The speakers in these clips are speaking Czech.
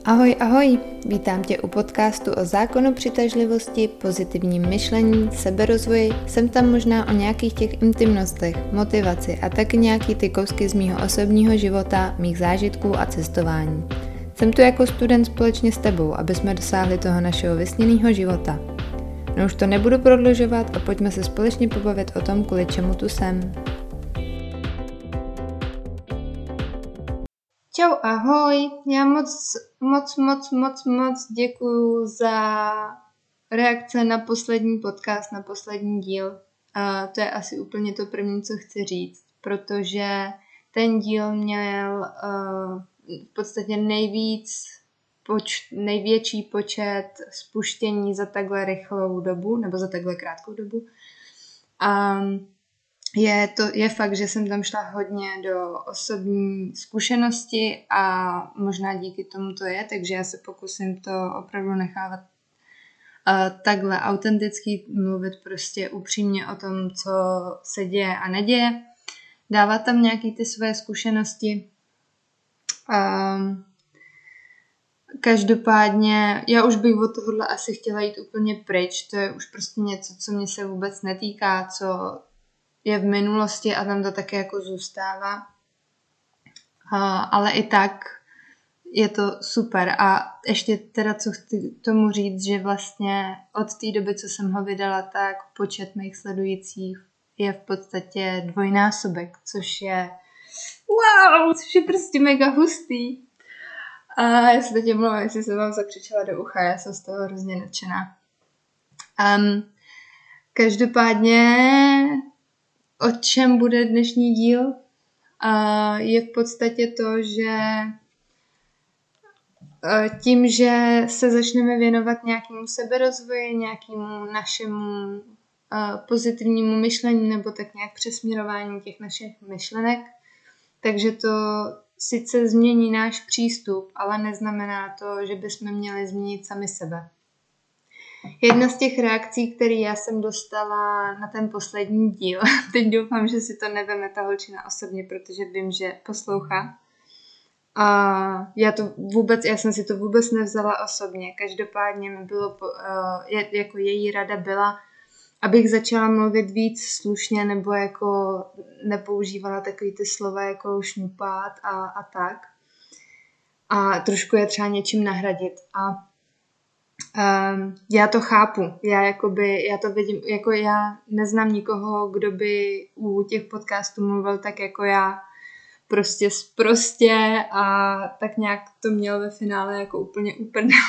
Ahoj, ahoj! Vítám tě u podcastu o zákonu přitažlivosti, pozitivním myšlení, seberozvoji, jsem tam možná o nějakých těch intimnostech, motivaci a taky nějaký ty kousky z mýho osobního života, mých zážitků a cestování. Jsem tu jako student společně s tebou, aby jsme dosáhli toho našeho vysněného života. No už to nebudu prodlužovat a pojďme se společně pobavit o tom, kvůli čemu tu jsem. Čau, ahoj, já moc děkuju za reakce na poslední podcast, na poslední díl. To je asi úplně to první, co chci říct, protože ten díl měl v podstatě největší počet spuštění za takhle rychlou dobu, nebo za takhle krátkou dobu. Je fakt, že jsem tam šla hodně do osobní zkušenosti a možná díky tomu to je, takže já se pokusím to opravdu nechávat takhle autenticky, mluvit prostě upřímně o tom, co se děje a neděje. Dávat tam nějaký ty své zkušenosti. Každopádně já už bych od tohohle asi chtěla jít úplně pryč, to je už prostě něco, co mě se vůbec netýká, co je v minulosti a tam to také jako zůstává. Ale i tak je to super. A ještě teda, co chci tomu říct, že vlastně od té doby, co jsem ho vydala, tak počet mých sledujících je v podstatě dvojnásobek, což je prostě mega hustý. A já se teď omlouvám, jestli jsem vám zakřičela do ucha, já jsem z toho hrozně nadšená. Každopádně o čem bude dnešní díl? Je v podstatě to, že tím, že se začneme věnovat nějakému seberozvoji, nějakému našemu pozitivnímu myšlení nebo tak nějak přesměrování těch našich myšlenek, takže to sice změní náš přístup, ale neznamená to, že bychom měli změnit sami sebe. Jedna z těch reakcí, které já jsem dostala na ten poslední díl, teď doufám, že si to neveme ta holčina osobně, protože vím, že poslouchá. A já jsem si to vůbec nevzala osobně. Každopádně mi bylo, jako její rada byla, abych začala mluvit víc slušně, nebo jako nepoužívala takový ty slova jako šňupat a tak. A trošku je třeba něčím nahradit. A já to chápu, já to vidím, jako já neznám nikoho, kdo by u těch podcastů mluvil tak jako já, prostě sprostě a tak nějak to měl ve finále jako úplně uprdele.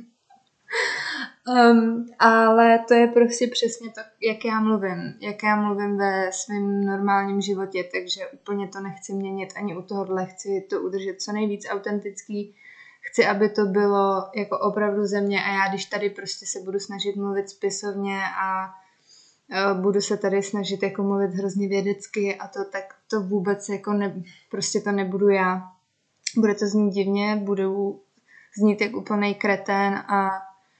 Ale to je prostě přesně to, jak já mluvím ve svém normálním životě, takže úplně to nechci měnit ani u tohohle, chci to udržet co nejvíc autentický. Chci, aby to bylo jako opravdu ze mě a já když tady prostě se budu snažit mluvit spisovně a budu se tady snažit jako mluvit hrozně vědecky a to, tak to vůbec jako prostě to nebudu já. Bude to znít divně, budu znít jak úplnej kretén a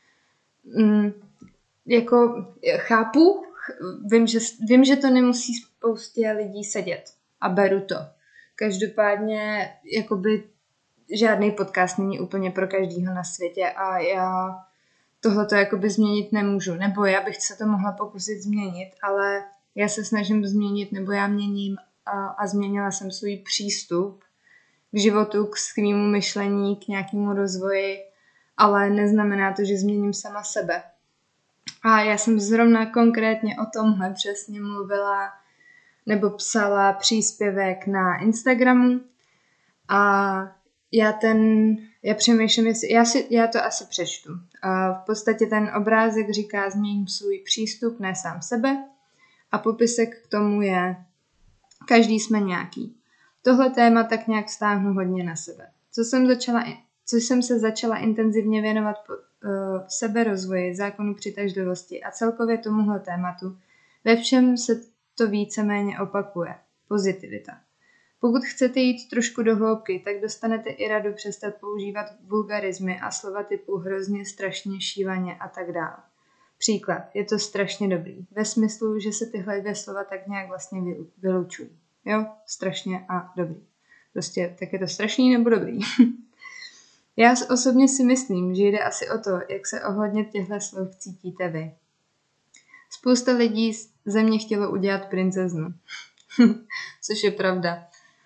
jako chápu, vím, že to nemusí spoustě lidí sedět a beru to. Každopádně jakoby žádný podcast není úplně pro každýho na světě a já tohleto jakoby změnit nemůžu. Nebo já bych se to mohla pokusit změnit, ale já se snažím změnit, nebo já měním a změnila jsem svůj přístup k životu, k svému myšlení, k nějakému rozvoji, ale neznamená to, že změním sama sebe. A já jsem zrovna konkrétně o tomhle přesně mluvila nebo psala příspěvek na Instagramu a já přemýšlím, já to asi přečtu. V podstatě ten obrázek říká změním svůj přístup, ne sám sebe. A popisek k tomu je každý jsme nějaký. Tohle téma tak nějak vztáhnu hodně na sebe. Co jsem se začala intenzivně věnovat seberozvoji, zákonu přitažlivosti a celkově tomuhle tématu, ve všem se to víceméně opakuje. Pozitivita. Pokud chcete jít trošku do hloubky, tak dostanete i radu přestat používat vulgarismy a slova typu hrozně, strašně, šívaně a tak dále. Příklad, je to strašně dobrý. Ve smyslu, že se tyhle dvě slova tak nějak vlastně vylučují. Jo, strašně a dobrý. Prostě tak je to strašný nebo dobrý. Já osobně si myslím, že jde asi o to, jak se ohledně těchto slov cítíte vy. Spousta lidí ze mě chtělo udělat princeznu. Což je pravda.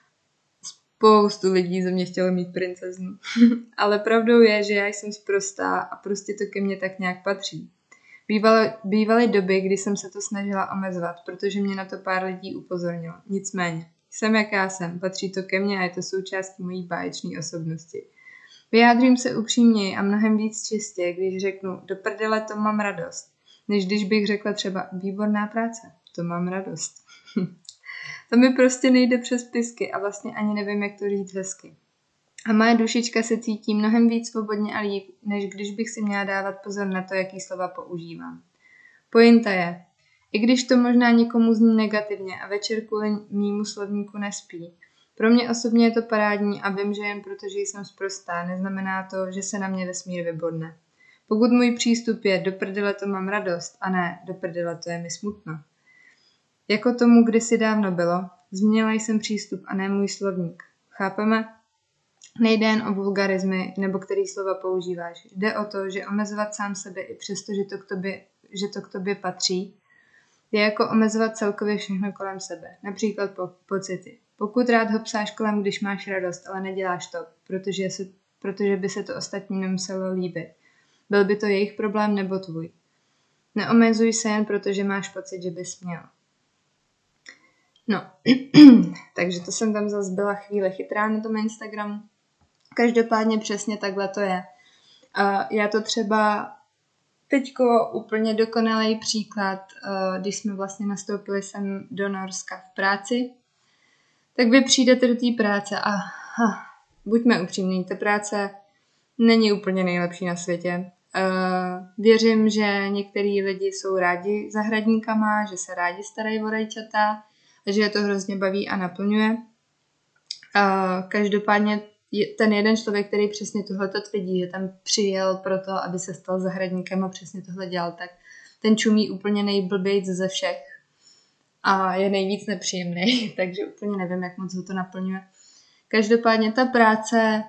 Spoustu lidí ze mě chtělo mít princeznu. Ale pravdou je, že já jsem sprostá a prostě to ke mně tak nějak patří. Bývaly doby, kdy jsem se to snažila omezovat, protože mě na to pár lidí upozornilo. Nicméně, jsem jak já jsem, patří to ke mně a je to součástí mojí báječné osobnosti. Vyjádřím se upřímněji a mnohem víc čistě, když řeknu, do prdele, to mám radost, než když bych řekla třeba výborná práce, to mám radost. To mi prostě nejde přes pisky a vlastně ani nevím, jak to říct hezky. A moje dušička se cítí mnohem víc svobodně a líp, než když bych si měla dávat pozor na to, jaký slova používám. Pointa je, i když to možná někomu zní negativně a večer kvůli mýmu slovníku nespí, pro mě osobně je to parádní a vím, že jen protože jsem sprostá, neznamená to, že se na mě vesmír vybodne. Pokud můj přístup je do prdele, to mám radost a ne do prdele, to je mi smutno. Jako tomu kdysi dávno bylo, změnila jsem přístup a ne můj slovník. Chápeme? Nejde jen o vulgarizmy nebo který slova používáš. Jde o to, že omezovat sám sebe i přesto, že to k tobě patří, je jako omezovat celkově všechno kolem sebe. Například pocity. Pokud rád hopsáš kolem, když máš radost, ale neděláš to, protože by se to ostatním nemuselo líbit. Byl by to jejich problém nebo tvůj. Neomezuj se jen proto, že máš pocit, že bys měl. No, takže to jsem tam zase byla chvíli chytrá na tom Instagramu. Každopádně přesně takhle to je. Já to třeba teďko úplně dokonalý příklad, když jsme vlastně nastoupili sem do Norska v práci, tak vy přijdete do té práce a buďme upřímní, ta práce není úplně nejlepší na světě. Věřím, že některý lidi jsou rádi zahradníkama, že se rádi starají o rajčata a že je to hrozně baví a naplňuje. Každopádně ten jeden člověk, který přesně tohleto tvrdí, že tam přijel proto, aby se stal zahradníkem a přesně tohle dělal, tak ten čumí úplně nejblbějc ze všech a je nejvíc nepříjemný, takže úplně nevím, jak moc ho to naplňuje. Každopádně ta práce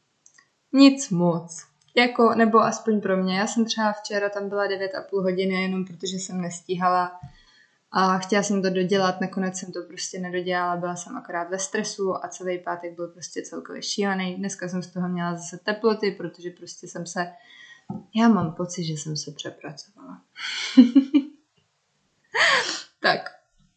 nic moc. Jako, nebo aspoň pro mě. Já jsem třeba včera tam byla 9,5 hodiny, jenom protože jsem nestíhala a chtěla jsem to dodělat, nakonec jsem to prostě nedodělala, byla jsem akorát ve stresu a celý pátek byl prostě celkově šílený. Dneska jsem z toho měla zase teploty, protože prostě já mám pocit, že jsem se přepracovala. Tak.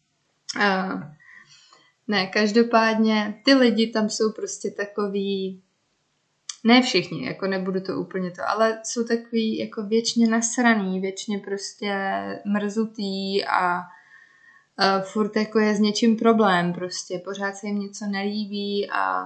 Ne, každopádně ty lidi tam jsou prostě takový, ne všichni, jako nebudu to úplně to, ale jsou takový jako věčně nasraný, věčně prostě mrzutý a furt jako je s něčím problém prostě, pořád se jim něco nelíbí a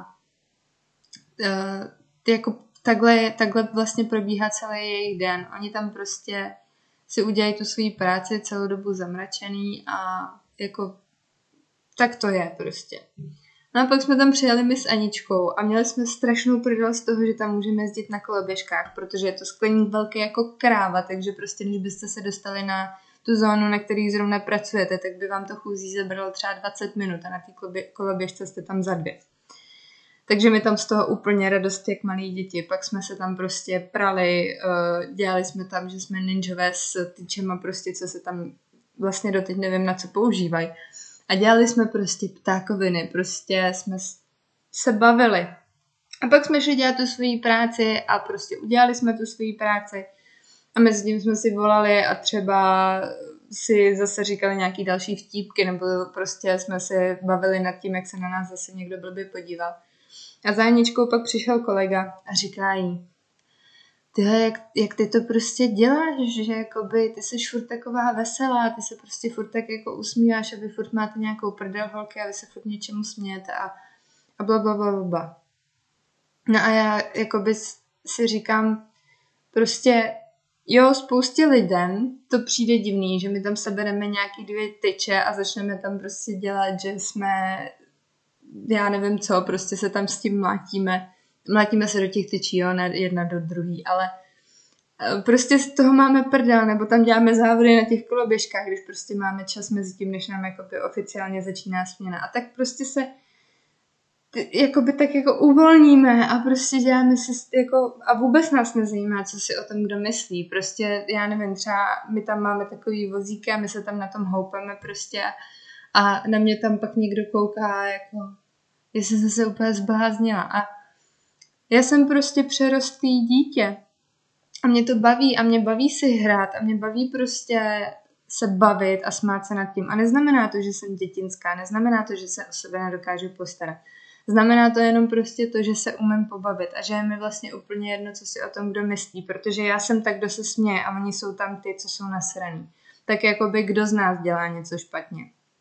jako takhle vlastně probíhá celý jejich den. Oni tam prostě si udělají tu svou práci celou dobu zamračený a jako tak to je prostě. No a pak jsme tam přijeli my s Aničkou a měli jsme strašnou prdel z toho, že tam můžeme jezdit na koloběžkách, protože je to skleník velký jako kráva, takže prostě když byste se dostali na tu zónu, na který zrovna pracujete, tak by vám to chůzí zabralo třeba 20 minut a na té koloběžce jste tam za 2. Takže mi tam z toho úplně radost jak malí děti. Pak jsme se tam prostě prali, dělali jsme tam, že jsme ninjové s tyčema prostě, co se tam vlastně doteď nevím na co používají. A dělali jsme prostě ptákoviny, prostě jsme se bavili. A pak jsme šli dělat tu svoji práci a prostě udělali jsme tu svoji práci. A mezi tím jsme si volali a třeba si zase říkali nějaký další vtípky, nebo prostě jsme se bavili nad tím, jak se na nás zase někdo blbě podíval. A za Aničkou pak přišel kolega a říká jí, tyhle, jak ty to prostě děláš, že jakoby ty jsi furt taková veselá, ty se prostě furt tak jako usmíváš a vy furt máte nějakou prdel holky a vy se furt něčemu smějete a blablabla. No a já jakoby si říkám, prostě jo, spoustě lidem to přijde divný, že my tam sebereme nějaký 2 tyče a začneme tam prostě dělat, že jsme, já nevím co, prostě se tam s tím mlátíme se do těch tyčí, jo, ne jedna do druhý, ale prostě z toho máme prdel, nebo tam děláme závody na těch koloběžkách, když prostě máme čas mezi tím, než nám jakoby oficiálně začíná směna. A tak prostě jakoby tak jako uvolníme a prostě děláme si jako, a vůbec nás nezajímá, co si o tom kdo myslí. Prostě, já nevím, třeba my tam máme takový vozíky a my se tam na tom houpeme prostě a na mě tam pak někdo kouká, jako, jestli jsem se úplně zbláznila. A já jsem prostě přerostlý dítě a mě to baví a mě baví si hrát a mě baví prostě se bavit a smát se nad tím. A neznamená to, že jsem dětinská, neznamená to, že se o sebe nedokážu postarat. Znamená to jenom prostě to, že se umím pobavit a že je mi vlastně úplně jedno, co si o tom kdo myslí, protože já jsem tak, kdo se směje a oni jsou tam ty, co jsou nasraný. Tak jakoby kdo z nás dělá něco špatně.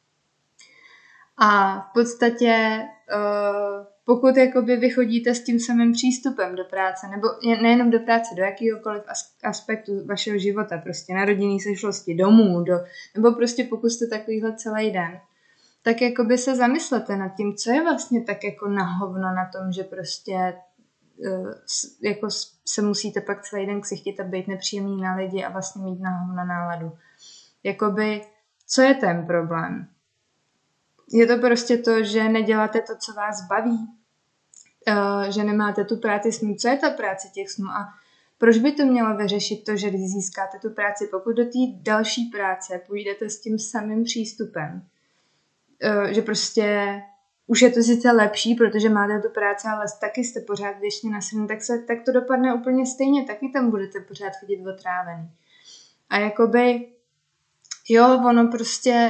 A v podstatě pokud jakoby vy chodíte s tím samým přístupem do práce, nebo nejenom do práce, do jakýhokoliv aspektu vašeho života, prostě na rodinný sešlosti, domů, nebo prostě pokud jste takovýhle celý den, tak jakoby se zamyslete nad tím, co je vlastně tak jako na hovno na tom, že prostě jako se musíte pak celý den ksichtit a být nepříjemný na lidi a vlastně mít na hovno náladu. Jakoby, co je ten problém? Je to prostě to, že neděláte to, co vás baví, že nemáte tu práci snů. Co je ta práce těch snů a proč by to mělo vyřešit to, že když získáte tu práci, pokud do té další práce půjdete s tím samým přístupem, že prostě už je to sice lepší, protože máte tu práci, ale taky jste pořád věčně nasraný, tak to dopadne úplně stejně, taky tam budete pořád chodit otrávený. A jakoby, jo, ono prostě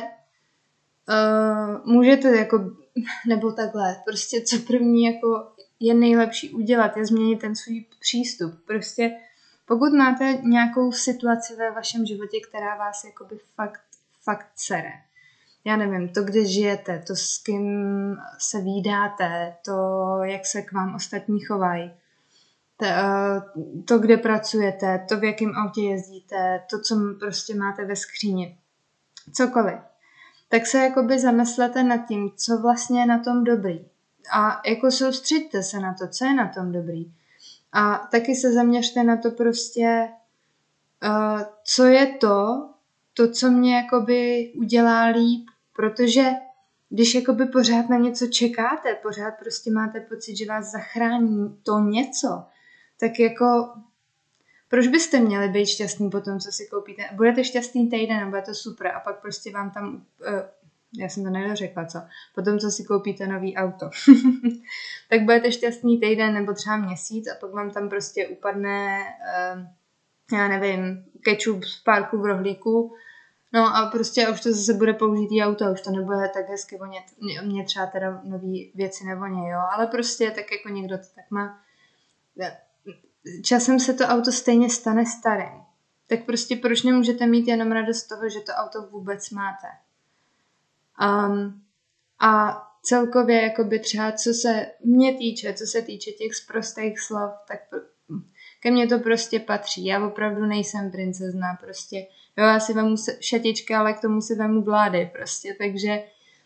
můžete jako, nebo takhle, prostě co první jako je nejlepší udělat, je změnit ten svůj přístup. Prostě pokud máte nějakou situaci ve vašem životě, která vás jakoby fakt sere, já nevím, to, kde žijete, to, s kým se vídáte, to, jak se k vám ostatní chovají, to, kde pracujete, to, v jakém autě jezdíte, to, co prostě máte ve skříni, cokoliv, tak se jakoby zamyslete nad tím, co vlastně je na tom dobrý. A jako soustřeďte se na to, co je na tom dobrý. A taky se zaměřte na to prostě, co je to, co mě jakoby udělá líp, protože když jakoby pořád na něco čekáte, pořád prostě máte pocit, že vás zachrání to něco, tak jako proč byste měli být šťastný po tom, co si koupíte? Budete šťastný týden a bude to super a pak prostě vám tam, já jsem to nedořekla, co? Po tom, co si koupíte nový auto. Tak budete šťastný týden nebo třeba měsíc a pak vám tam prostě upadne, já nevím, kečup z párku v rohlíku. No a prostě už to zase bude použitý auto, už to nebude tak hezky vonět. Mě třeba teda nový věci nevoně, jo, ale prostě tak jako někdo to tak má. Časem se to auto stejně stane starým. Tak prostě proč nemůžete mít jenom radost z toho, že to auto vůbec máte? A celkově jakoby třeba co se mě týče, co se týče těch sprostých slov, tak ke mně to prostě patří. Já opravdu nejsem princezna, prostě. Jo, já si vemu šatička, ale k tomu si vemu vlády, prostě. Takže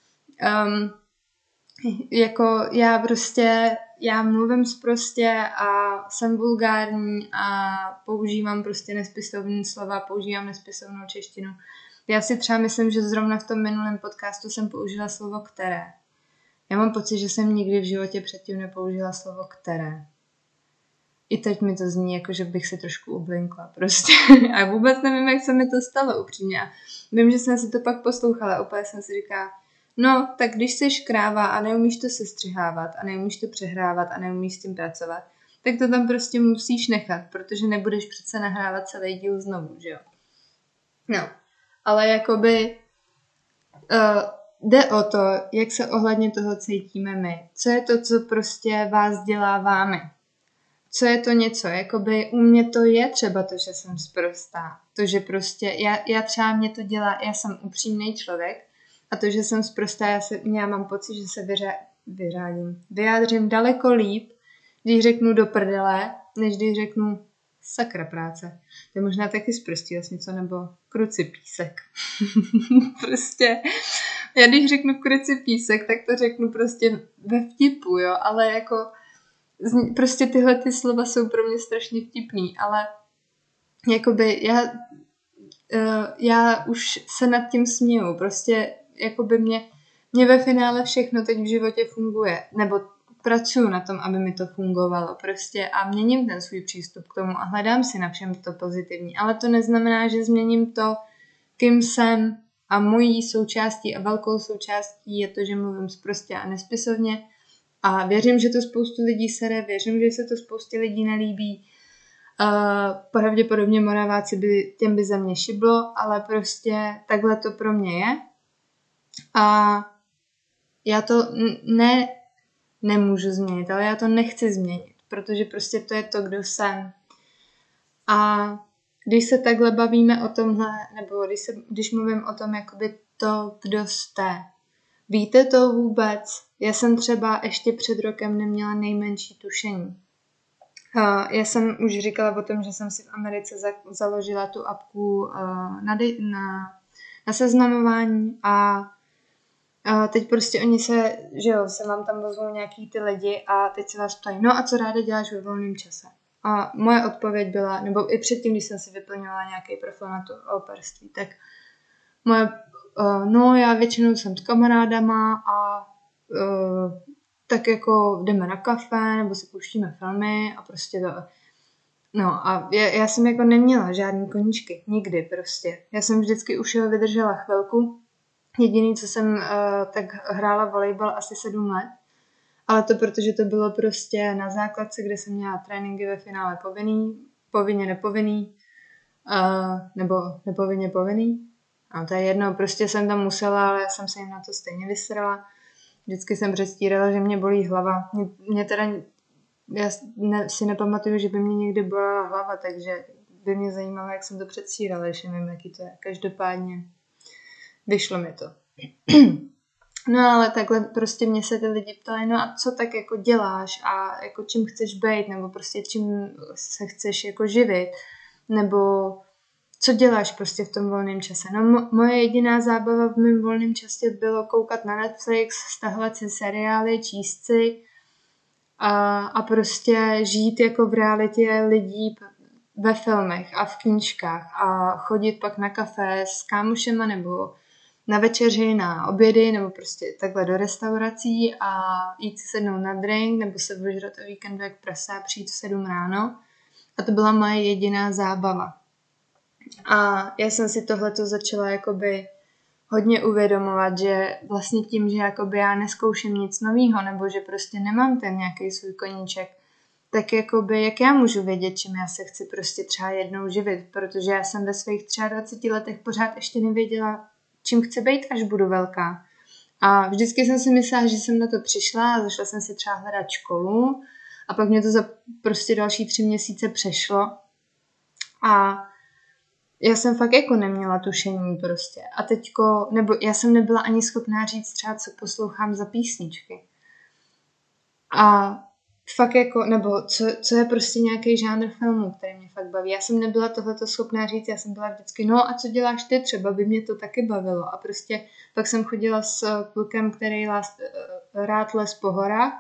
jako já mluvím sprostě a jsem vulgární a používám prostě nespisovné slova, používám nespisovnou češtinu. Já si třeba myslím, že zrovna v tom minulém podcastu jsem použila slovo které. Já mám pocit, že jsem nikdy v životě předtím nepoužila slovo které. I teď mi to zní jako, že bych si trošku ublinkla prostě. A vůbec nevím, jak se mi to stalo upřímně. Vím, že jsem si to pak poslouchala, úplně jsem si říkala, no, tak když jsi kráva a neumíš to sestřihávat a neumíš to přehrávat a neumíš s tím pracovat, tak to tam prostě musíš nechat, protože nebudeš přece nahrávat celý díl znovu, že jo? No, ale jakoby jde o to, jak se ohledně toho cítíme my. Co je to, co prostě vás dělá vámi? Co je to něco? Jakoby u mě to je třeba to, že jsem sprostá. To, že prostě, já třeba mě to dělá, já jsem upřímný člověk a to, že jsem sprostá, já mám pocit, že se vyjádřím daleko líp, když řeknu do prdele, než když řeknu sakra práce. To je možná taky sprostý vlastně něco, nebo kruci písek. Prostě, já když řeknu kruci písek, tak to řeknu prostě ve vtipu, jo, ale jako prostě tyhle ty slova jsou pro mě strašně vtipný, ale jakoby já už se nad tím směju, prostě jakoby mě ve finále všechno teď v životě funguje, nebo pracuju na tom, aby mi to fungovalo prostě a měním ten svůj přístup k tomu a hledám si na všem to pozitivní. Ale to neznamená, že změním to, kým jsem a mojí součástí a velkou součástí je to, že mluvím sprostě a nespisovně a věřím, že to spoustu lidí sere, věřím, že se to spoustě lidí nelíbí. Pravděpodobně Moraváci těm by za mě šiblo, ale prostě takhle to pro mě je. A já to nemůžu změnit, ale já to nechci změnit, protože prostě to je to, kdo jsem. A když se takhle bavíme o tomhle, nebo když mluvím o tom, jakoby to, kdo jste, víte to vůbec? Já jsem třeba ještě před rokem neměla nejmenší tušení. Já jsem už říkala o tom, že jsem si v Americe založila tu apku na seznamování a teď prostě oni se vám tam ozvou nějaký ty lidi a teď se vás ptají, no a co ráda děláš ve volném čase? A moje odpověď byla, nebo i předtím, když jsem si vyplňovala nějaký profil na to operství, tak já většinou jsem s kamarádama a tak jako jdeme na kafe, nebo si pouštíme filmy a prostě to. No a já jsem jako neměla žádný koníčky, nikdy prostě. Já jsem vždycky už vydržela chvilku. Jediný, co jsem tak hrála volejbal asi 7 let, ale to protože to bylo prostě na základce, kde jsem měla tréninky ve finále povinně nepovinný, nebo nepovinně povinný. A to je jedno, prostě jsem tam musela, ale já jsem se jim na to stejně vysrala. Vždycky jsem předstírala, že mě bolí hlava. Já si nepamatuju, že by mě někdy bolela hlava, takže by mě zajímalo, jak jsem to předstírala, ještě nevím, jaký to je. Každopádně vyšlo mi to. No ale takhle prostě mě se ty lidi ptali, no a co tak jako děláš a jako čím chceš být, nebo prostě čím se chceš jako živit, nebo co děláš prostě v tom volném čase. No moje jediná zábava v mém volném čase bylo koukat na Netflix, stahovat si seriály, číst si a prostě žít jako v realitě lidí ve filmech a v knížkách a chodit pak na kafe s kámošema nebo na večeři, na obědy nebo prostě takhle do restaurací a jít si sednout na drink nebo se ožrat o víkendu jak prasa a přijít v 7 ráno. A to byla moje jediná zábava. A já jsem si tohleto začala jakoby hodně uvědomovat, že vlastně tím, že jakoby já neskouším nic novýho nebo že prostě nemám ten nějaký svůj koníček, tak jakoby jak já můžu vědět, čím já se chci prostě třeba jednou živit, protože já jsem ve svých 23 letech pořád ještě nevěděla, čím chci být, až budu velká. A vždycky jsem si myslela, že jsem na to přišla a zašla jsem si třeba hledat školu a pak mě to za prostě další 3 měsíce přešlo a já jsem fakt jako neměla tušení prostě. A teďko, nebo já jsem nebyla ani schopná říct třeba, co poslouchám za písničky. A fakt jako, nebo co je prostě nějaký žánr filmu, který mě fakt baví. Já jsem nebyla tohleto schopná říct, já jsem byla vždycky, no a co děláš ty, třeba by mě to taky bavilo. A prostě pak jsem chodila s klukem, který rád les po horách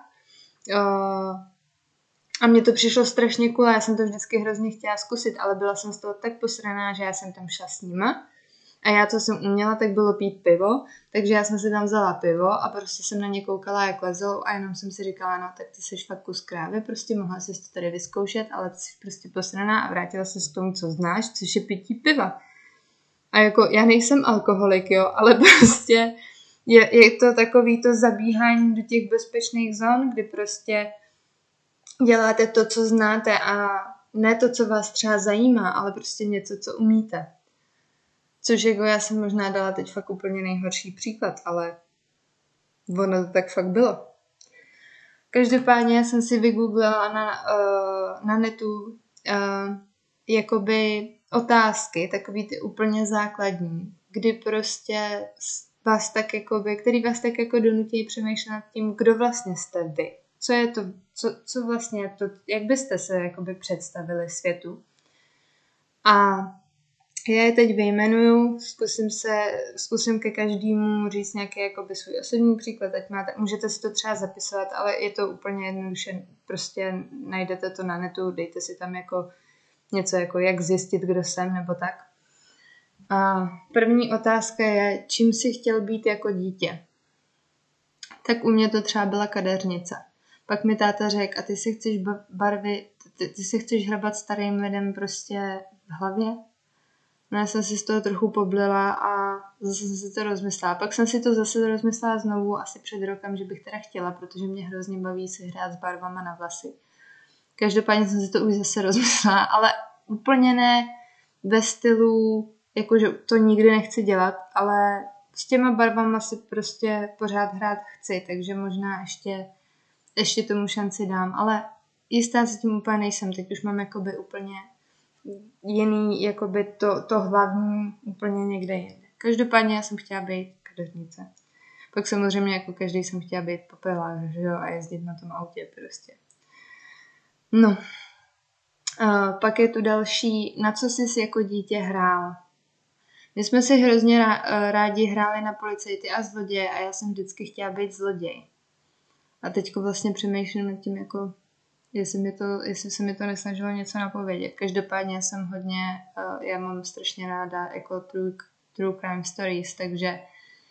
a mně to přišlo strašně cool, já jsem to vždycky hrozně chtěla zkusit, ale byla jsem z toho tak posraná, že já jsem tam šla s nima. A já, co jsem uměla, tak bylo pít pivo, takže já jsem si tam vzala pivo a prostě jsem na ně koukala, jak lezou a jenom jsem si říkala, no tak ty seš fakt kus krávy, prostě mohla jsi to tady vyzkoušet, ale ty jsi prostě posraná a vrátila se k tomu, co znáš, což je pití piva. A jako já nejsem alkoholik, jo, ale prostě je to takový to zabíhání do těch bezpečných zón, kdy prostě děláte to, co znáte a ne to, co vás třeba zajímá, ale prostě něco, co umíte. Což jako já jsem možná dala teď fakt úplně nejhorší příklad, ale ono to tak fakt bylo. Každopádně já jsem si vygooglila na netu jakoby otázky, takový ty úplně základní, kdy prostě vás tak jakoby, který vás tak jako donutí přemýšlet nad tím, kdo vlastně jste vy. Co je to, co vlastně je to, jak byste se jakoby představili světu. A já je teď vyjmenuju, zkusím ke každému říct nějaký jakoby svůj osobní příklad, ať můžete si to třeba zapisovat, ale je to úplně jednoduše, prostě najdete to na netu, dejte si tam jako něco jako jak zjistit, kdo jsem, nebo tak. A první otázka je, čím jsi chtěl být jako dítě? Tak u mě to třeba byla kadeřnice. Pak mi táta řekl, a ty si chceš ty si chceš hrabat starým lidem prostě v hlavě? No já jsem si z toho trochu poblila a zase jsem si to rozmyslela. Pak jsem si to zase rozmyslela znovu asi před rokem, že bych teda chtěla, protože mě hrozně baví si hrát s barvama na vlasy. Každopádně jsem si to už zase rozmyslela, ale úplně ne ve stylu, jakože to nikdy nechci dělat, ale s těma barvama si prostě pořád hrát chci, takže možná ještě tomu šanci dám, ale jistá si tím úplně nejsem, teď už mám jakoby úplně jiný, jakoby to hlavní úplně někde jinde. Každopádně já jsem chtěla být kadeřnice. Pak samozřejmě jako každý jsem chtěla být popelák, že jo, a jezdit na tom autě prostě. No. Pak je tu další, na co jsi jako dítě hrál. My jsme si hrozně rádi hráli na policajty a zloděje a já jsem vždycky chtěla být zloděj. A teďko vlastně přemýšlím nad tím, jako jestli se mi to nesnažilo něco napovědět. Každopádně já mám strašně ráda jako true crime stories, takže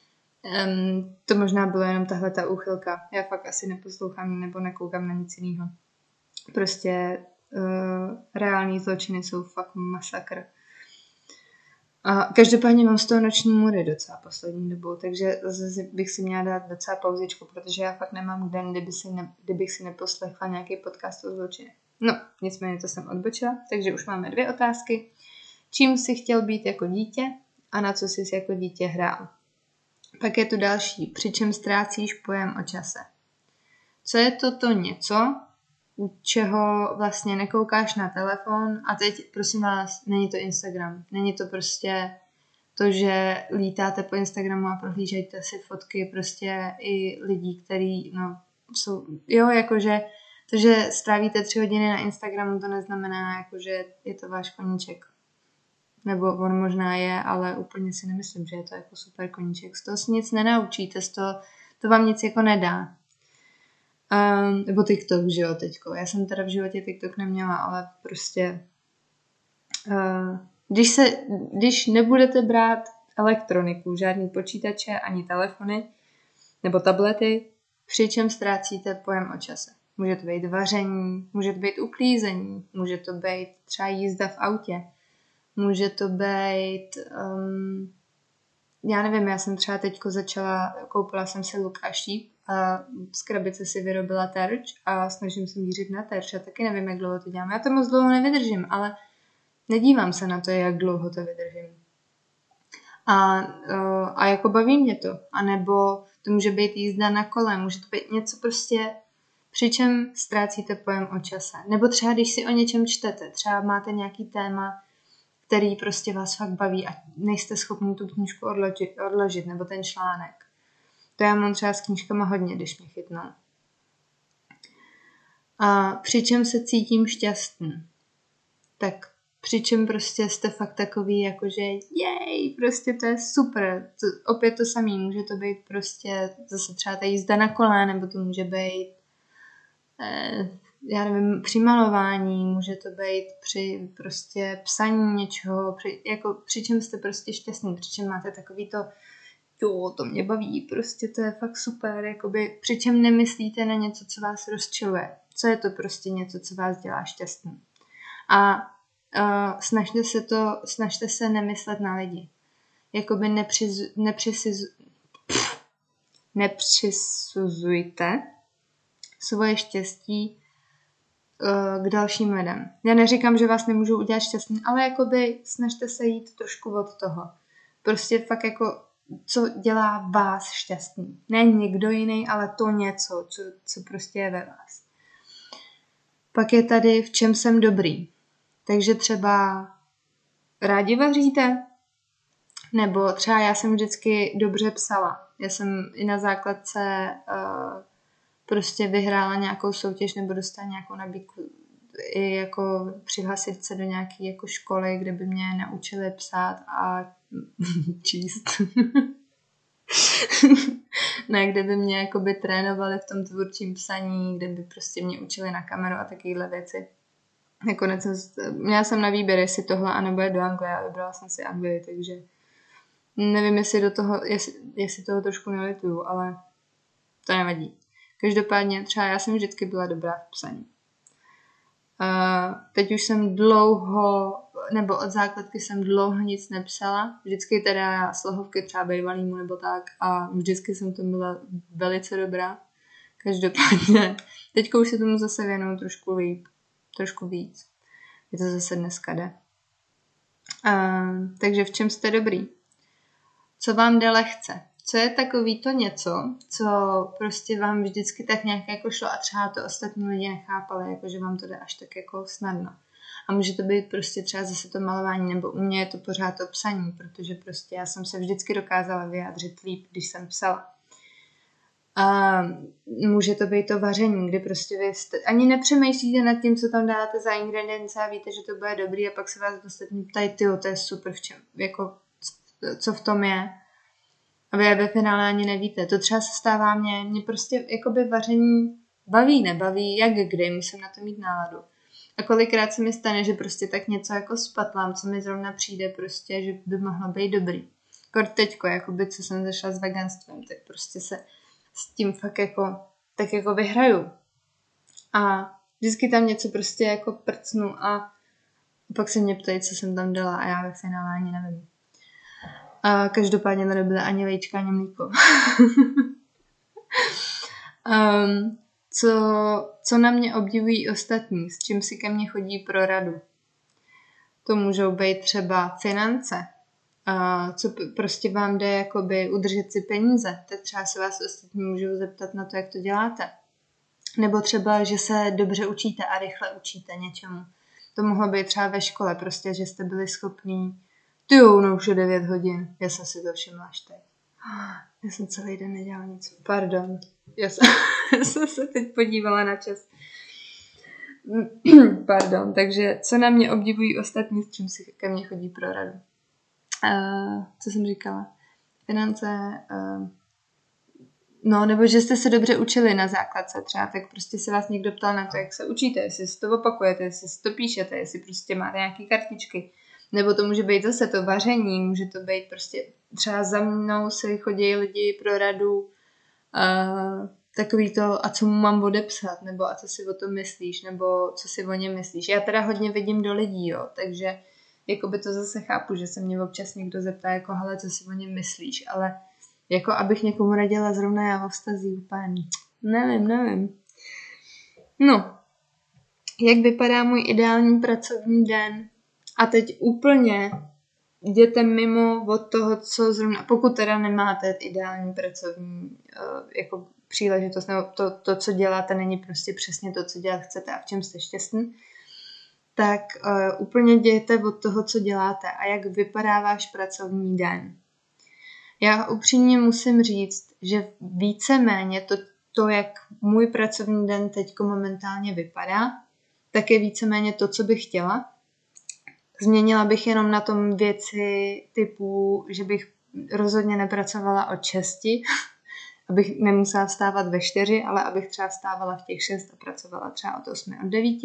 to možná bylo jenom tahle ta úchylka. Já fakt asi neposlouchám nebo nekoukám na nic jiného. Prostě reální zločiny jsou fakt masakr. A každopádně mám z toho noční můry docela poslední dobou, takže zase bych si měla dát docela pauzičku, protože já fakt nemám den, kdybych si neposlechla nějaký podcast o zločině. No, nicméně to jsem odbočila, takže už máme 2 otázky. Čím jsi chtěl být jako dítě a na co jsi jako dítě hrál? Pak je tu další, přičem ztrácíš pojem o čase. Co je to něco, u čeho vlastně nekoukáš na telefon a teď, prosím vás, není to Instagram. Není to prostě to, že lítáte po Instagramu a prohlížejte si fotky prostě i lidí, který, jsou, jo, jakože to, že strávíte 3 hodiny na Instagramu, to neznamená, jakože je to váš koníček. Nebo on možná je, ale úplně si nemyslím, že je to jako super koníček. Z toho si nic nenaučíte, to vám nic jako nedá. Nebo TikTok, že jo, teďko. Já jsem teda v životě TikTok neměla, ale prostě když nebudete brát elektroniku, žádný počítače, ani telefony, nebo tablety, přičem ztrácíte pojem o čase. Může to být vaření, může to být uklízení, může to být třeba jízda v autě, může to být, já nevím, já jsem třeba teďko koupila jsem si luk a šíp a z krabice si vyrobila terč a snažím se mířit na terč a taky nevím, jak dlouho to dělám. Já to moc dlouho nevydržím, ale nedívám se na to, jak dlouho to vydržím. A jako baví mě to. A nebo to může být jízda na kole, může to být něco prostě, přičem ztrácíte pojem o čase. Nebo třeba, když si o něčem čtete, třeba máte nějaký téma, který prostě vás fakt baví a nejste schopni tu knížku odložit, nebo ten článek. To já mám třeba s knížkama hodně, když mě chytnou. A přičem se cítím šťastný. Tak přičem prostě jste fakt takový, jakože jej, prostě to je super. Opět to samý, může to být prostě zase třeba ta jízda na kole, nebo to může být já nevím, při malování, může to být při prostě psaní něčeho, přičem jste prostě šťastný, přičem máte takový to, jo, to mě baví, prostě to je fakt super, jakoby, přičem nemyslíte na něco, co vás rozčiluje, co je to prostě něco, co vás dělá šťastný. A snažte se nemyslet na lidi. Jakoby nepřisuzujte svoje štěstí k dalším lidem. Já neříkám, že vás nemůžu udělat šťastný, ale jakoby snažte se jít trošku od toho. Prostě fakt jako, co dělá vás šťastný. Ne někdo jiný, ale to něco, co prostě je ve vás. Pak je tady, v čem jsem dobrý. Takže třeba rádi vaříte, nebo třeba já jsem vždycky dobře psala. Já jsem i na základce prostě vyhrála nějakou soutěž nebo dostala nějakou nabídku i jako přihlásit se do nějaké jako školy, kde by mě naučili psát a číst. Ne, kde by mě jakoby trénovali v tom tvůrčím psaní, kde by prostě mě učili na kameru a takovéhle věci. Nakonec měla jsem na výběr, jestli tohle anebo je do Anglie a vybrala jsem si Anglii, takže nevím, jestli toho trošku nelituju, ale to nevadí. Každopádně třeba já jsem vždycky byla dobrá v psaní. Teď už jsem dlouho, nebo od základky jsem dlouho nic nepsala. Vždycky teda slohovky třeba bývalýmu nebo tak a vždycky jsem to byla velice dobrá. Každopádně teďka už se tomu zase věnuju trošku víc. Je to zase dneska jde. Takže v čem jste dobrý? Co vám jde lehce? Co je takový to něco, co prostě vám vždycky tak nějak jako šlo a třeba to ostatní lidi nechápali, jako že vám to jde až tak jako snadno. A může to být prostě třeba zase to malování, nebo u mě je to pořád to psaní, protože prostě já jsem se vždycky dokázala vyjádřit líp, když jsem psala. A může to být to vaření, kdy prostě vy ani nepřemýšlíte nad tím, co tam dáte za ingredience a víte, že to bude dobrý a pak se vás ostatní ptají, tyjo, to je super, v čem, jako, co v tom je. A vy ve finále ani nevíte. To třeba se stává mě prostě jakoby vaření nebaví, jak kdy, musím na to mít náladu. A kolikrát se mi stane, že prostě tak něco jako spatlám, co mi zrovna přijde prostě, že by mohlo být dobrý. Kort teďko, jakoby, co jsem zašla s veganstvem, tak prostě se s tím fakt jako, tak jako vyhraju. A vždycky tam něco prostě jako prcnu a pak se mě ptají, co jsem tam dala a já ve finále ani nevím. A každopádně nebyly ani vajíčka, ani mlíko. Co na mě obdivují ostatní, s čím si ke mně chodí pro radu. To můžou být třeba finance, co prostě vám jde jakoby udržet si peníze, tak třeba se vás ostatní můžou zeptat na to, jak to děláte. Nebo třeba, že se dobře učíte a rychle učíte něčemu. To mohlo být třeba ve škole, prostě, že jste byli schopní no už je 9 hodin. Já jsem si to všimla až teď. Já jsem celý den nedělala nic. Pardon. Já jsem se teď podívala na čas. Pardon. Takže co na mě obdivují ostatní, s čím si ke mně chodí pro radu. Co jsem říkala? Finance. No, nebo že jste se dobře učili na základce třeba, tak prostě se vás někdo ptal na to, jak se učíte, jestli si to opakujete, jestli si to píšete, jestli prostě máte nějaké kartičky. Nebo to může být zase to vaření, může to být prostě třeba za mnou se chodí lidi pro radu takový to, a co mu mám odepsat, nebo a co si o tom myslíš, nebo co si o něm myslíš. Já teda hodně vidím do lidí, jo, takže jakoby to zase chápu, že se mě občas někdo zeptá, jako hele, co si o něm myslíš, ale jako abych někomu radila zrovna já o vztazích úplně, nevím. No, jak vypadá můj ideální pracovní den? A teď úplně jděte mimo od toho, co zrovna, pokud teda nemáte ideální pracovní jako příležitost, nebo to, co děláte, není prostě přesně to, co dělat chcete a v čem jste šťastný, tak úplně jděte od toho, co děláte a jak vypadá váš pracovní den. Já upřímně musím říct, že víceméně to, jak můj pracovní den teďko momentálně vypadá, tak je víceméně to, co bych chtěla. Změnila bych jenom na tom věci typu, že bych rozhodně nepracovala od 6, abych nemusela vstávat ve 4, ale abych třeba vstávala v těch 6 a pracovala třeba od 8, od 9.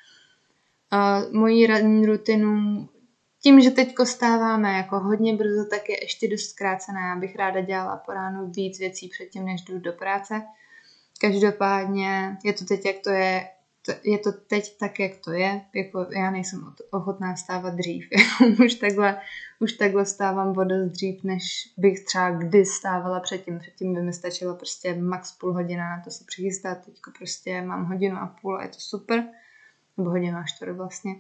Moji ranní rutinu, tím, že teďko stáváme jako hodně brzo, tak je ještě dost zkrácená. Já bych ráda dělala po ránu víc věcí předtím, než jdu do práce. Každopádně je to teď, jak to je. Je to teď tak, jak to je. Jako já nejsem ochotná vstávat dřív. už takhle vstávám o dost dřív, než bych třeba kdy vstávala předtím. Předtím by mi stačilo prostě max půl hodina na to se přichystat. Teďko prostě mám 1,5 hodiny a je to super. Nebo 1,25 hodiny vlastně.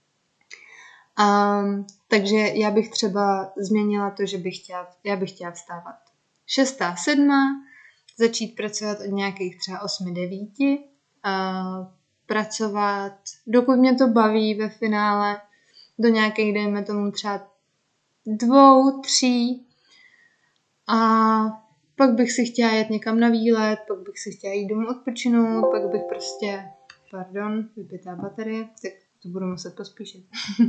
Takže já bych třeba změnila to, že já bych chtěla vstávat 6, 7, začít pracovat od nějakých třeba 8, 9, pracovat, dokud mě to baví ve finále, do nějakých, dejme tomu třeba 2, 3 a pak bych si chtěla jet někam na výlet, pak bych si chtěla jít domů odpočinout, pak bych prostě, vypitá baterie, tak to budu muset pospíšit.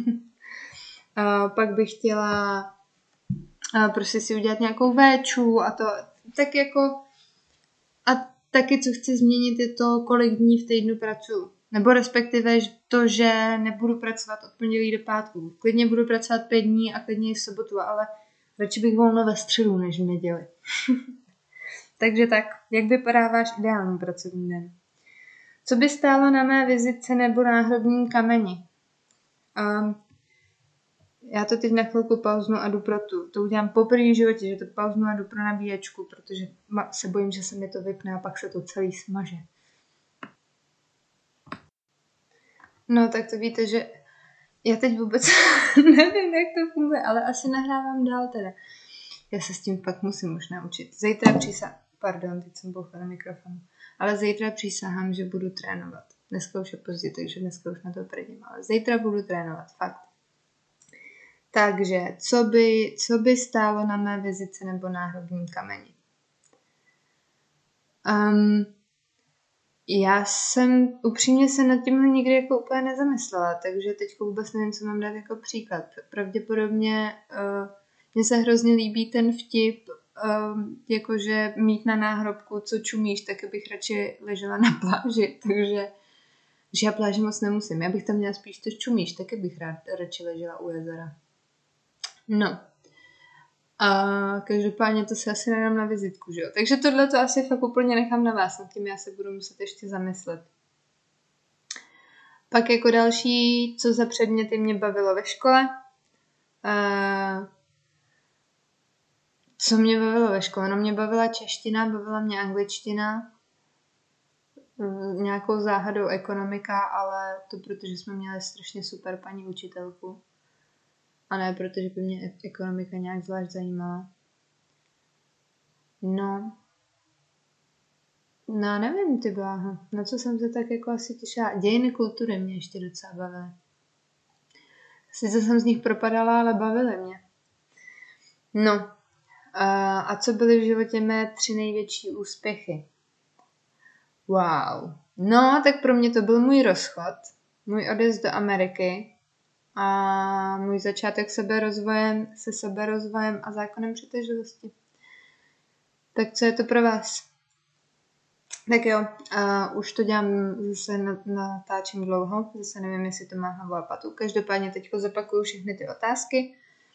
Pak bych chtěla prostě si udělat nějakou véču a to tak jako a taky, co chci změnit, je to, kolik dní v týdnu pracuju. Nebo respektive to, že nebudu pracovat od pondělí do pátku. Klidně budu pracovat 5 dní a klidně i v sobotu, ale radši bych volno ve středu, než v neděli. Takže tak, jak vypadá váš ideální pracovní den? Co by stálo na mé vizitce nebo náhrobním kameni? Já to teď na chvilku pauznu a jdu pro to udělám poprvé v životě, že to pauznu a jdu pro nabíječku, protože se bojím, že se mi to vypne a pak se to celý smaže. No, tak to víte, že já teď vůbec nevím, jak to funguje, ale asi nahrávám dál teda. Já se s tím fakt musím už naučit. Zítra pardon, teď jsem bouchla na mikrofonu. Ale zítra přísahám, že budu trénovat. Dneska už je pozdě, takže dneska už na to prdím, ale zítra budu trénovat, fakt. Takže, co by stálo na mé vizice nebo náhrobním kameni? Já jsem upřímně se nad tímhle nikdy jako úplně nezamyslela, takže teď vůbec nevím, co mám dát jako příklad. Pravděpodobně mně se hrozně líbí ten vtip, jakože mít na náhrobku, co čumíš, tak bych radši ležela na pláži, takže že já pláži moc nemusím. Já bych tam měla spíš to čumíš, taky bych radši ležela u jezera. No. A každopádně to se asi nedám na vizitku, že jo? Takže tohle to asi fakt úplně nechám na vás, nad tím já se budu muset ještě zamyslet. Pak jako další, co za předměty mě bavilo ve škole. Co mě bavilo ve škole? No mě bavila čeština, bavila mě angličtina, nějakou záhadou ekonomika, ale to protože jsme měli strašně super paní učitelku. A ne, protože by mě ekonomika nějak zvlášť zajímala. No, nevím, ty bláho. Na co jsem se tak jako asi těšila? Dějiny kultury mě ještě docela bavily. Sice jsem z nich propadala, ale bavily mě. No, a co byly v životě mé 3 největší úspěchy? Wow. No, tak pro mě to byl můj rozchod, můj odjezd do Ameriky a můj začátek seberozvojem a zákonem přitažlivosti. Tak co je to pro vás? Tak jo, už to dělám zase natáčím dlouho, zase nevím, jestli to má hlavu a patu. Každopádně teď zopakuju všechny ty otázky.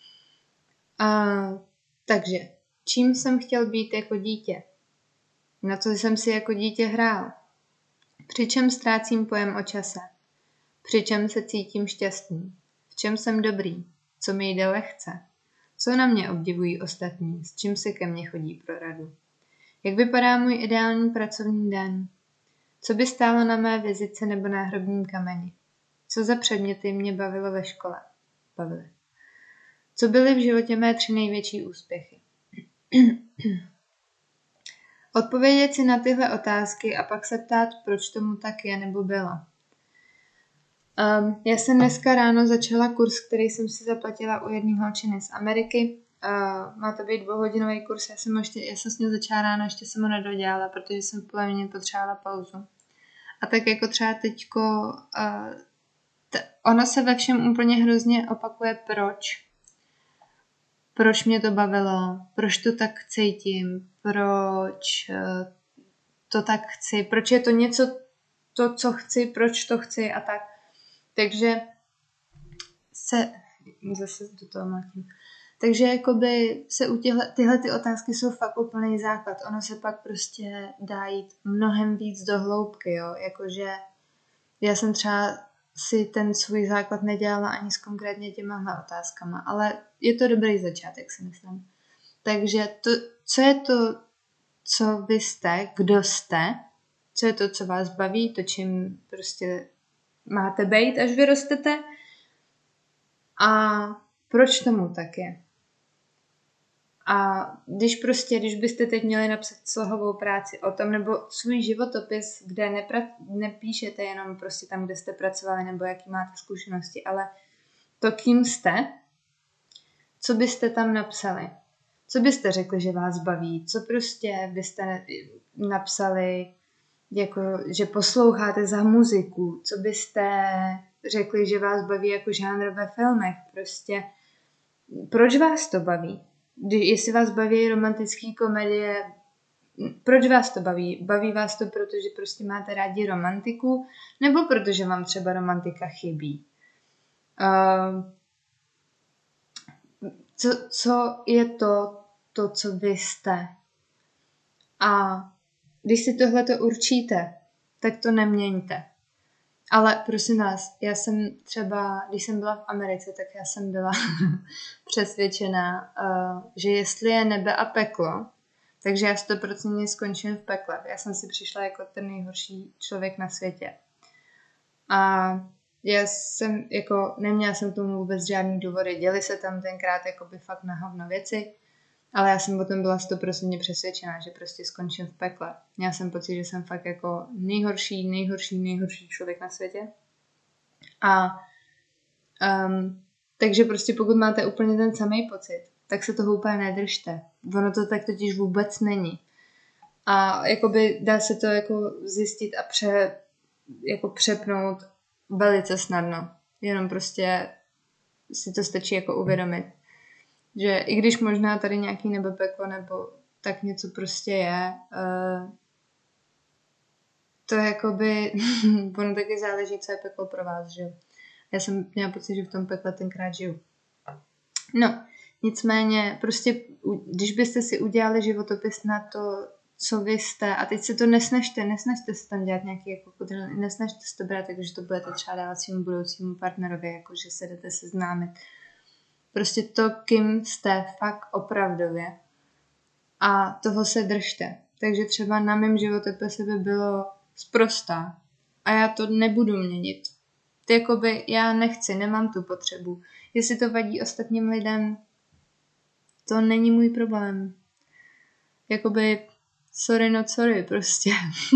Takže, čím jsem chtěl být jako dítě? Na co jsem si jako dítě hrál? Při čem ztrácím pojem o čase? Při čem se cítím šťastný? V čem jsem dobrý? Co mi jde lehce? Co na mě obdivují ostatní? S čím se ke mně chodí pro radu? Jak vypadá můj ideální pracovní den? Co by stálo na mé vizitce nebo náhrobním kameni? Co za předměty mě bavilo ve škole? Co byly v životě mé 3 největší úspěchy? Odpovědět si na tyhle otázky a pak se ptát, proč tomu tak je nebo bylo. Já jsem dneska ráno začala kurz, který jsem si zaplatila u jedné holčiny z Ameriky. Má to být 2hodinový kurz, já jsem s ním začala ráno, ještě jsem ho nedodělala, protože jsem v polovině potřebovala pauzu. A tak jako třeba teďko, ono se ve všem úplně hrozně opakuje proč mě to bavilo, proč to tak cítím, proč to tak chci, proč je to něco, co chci, proč to chci a tak. Takže zase do toho mlátím. Takže jakoby se u tyhle ty otázky jsou fakt úplný základ. Ono se pak prostě dá jít mnohem víc do hloubky, jo. Jakože já jsem třeba si ten svůj základ nedělala ani s konkrétně těmahle otázkama, ale je to dobrý začátek, si myslím. Takže co je to, co vy jste, kdo jste, co je to, co vás baví, to, čím prostě máte být, až vyrostete a proč tomu tak je. A když byste teď měli napsat slohovou práci o tom, nebo svůj životopis, kde nepíšete jenom prostě tam, kde jste pracovali, nebo jaký máte zkušenosti, ale to, kým jste, co byste tam napsali? Co byste řekli, že vás baví? Co prostě byste napsali, jako, že posloucháte za muziku? Co byste řekli, že vás baví jako žánr ve filmech? Prostě, proč vás to baví? Jestli vás baví romantické komedie, proč vás to baví? Baví vás to, protože prostě máte rádi romantiku, nebo protože vám třeba romantika chybí? Co je to, co vy jste? A když si tohleto určíte, tak to neměňte. Ale prosím vás, já jsem třeba, když jsem byla v Americe, tak já jsem byla přesvědčená, že jestli je nebe a peklo, takže já 100% skončím v pekle. Já jsem si přišla jako ten nejhorší člověk na světě. A já jsem jako, neměla jsem k tomu vůbec žádný důvody. Děli se tam tenkrát jakoby fakt na hovno věci, ale já jsem o tom byla 100% přesvědčená, že prostě skončím v pekle. Měla jsem pocit, že jsem fakt jako nejhorší člověk na světě. A takže prostě pokud máte úplně ten samý pocit, tak se toho úplně nedržte. Ono to tak totiž vůbec není. A jakoby dá se to jako zjistit a přepnout velice snadno. Jenom prostě si to stačí jako uvědomit. Že i když možná tady nějaký nebepeklo nebo tak něco prostě je, to jakoby, ono taky záleží, co je peklo pro vás, že jo. Já jsem měla pocit, že v tom pekle tenkrát žiju. No, nicméně, prostě, když byste si udělali životopis na to, co vy jste, a teď se to nesnažte se tam dělat nějaký jako kudrl, nesnažte se to brát, takže to budete třeba dávat svým budoucímu partnerovi, jako že se jdete seznámit. Prostě to, kým jste fakt opravdově. A toho se držte. Takže třeba na mém životopise by bylo sprostá. A já to nebudu měnit. To jakoby já nechci, nemám tu potřebu. Jestli to vadí ostatním lidem, to není můj problém. Jakoby sorry not sorry prostě.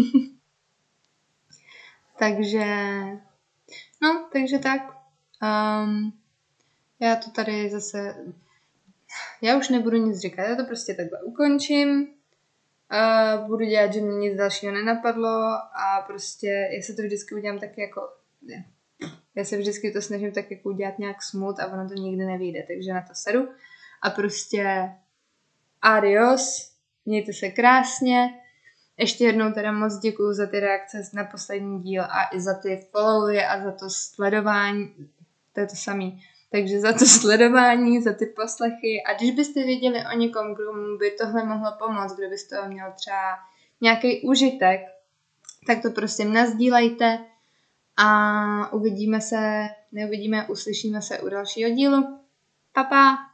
takže tak. Já to tady zase, já už nebudu nic říkat, já to prostě takhle ukončím. Budu dělat, že mě nic dalšího nenapadlo a prostě já se to vždycky udělám taky jako, já se vždycky to snažím tak jako udělat nějak smooth a ono to nikdy nevyjde, takže na to sedu a prostě adios, mějte se krásně. Ještě jednou teda moc děkuju za ty reakce na poslední díl a i za ty followy a za to sledování, to je to samý. Takže za to sledování, za ty poslechy a když byste věděli o někom, komu by tohle mohlo pomoct, kdo by z toho měl třeba nějaký užitek, tak to prostě nasdílejte a uslyšíme se u dalšího dílu. Pa, pa!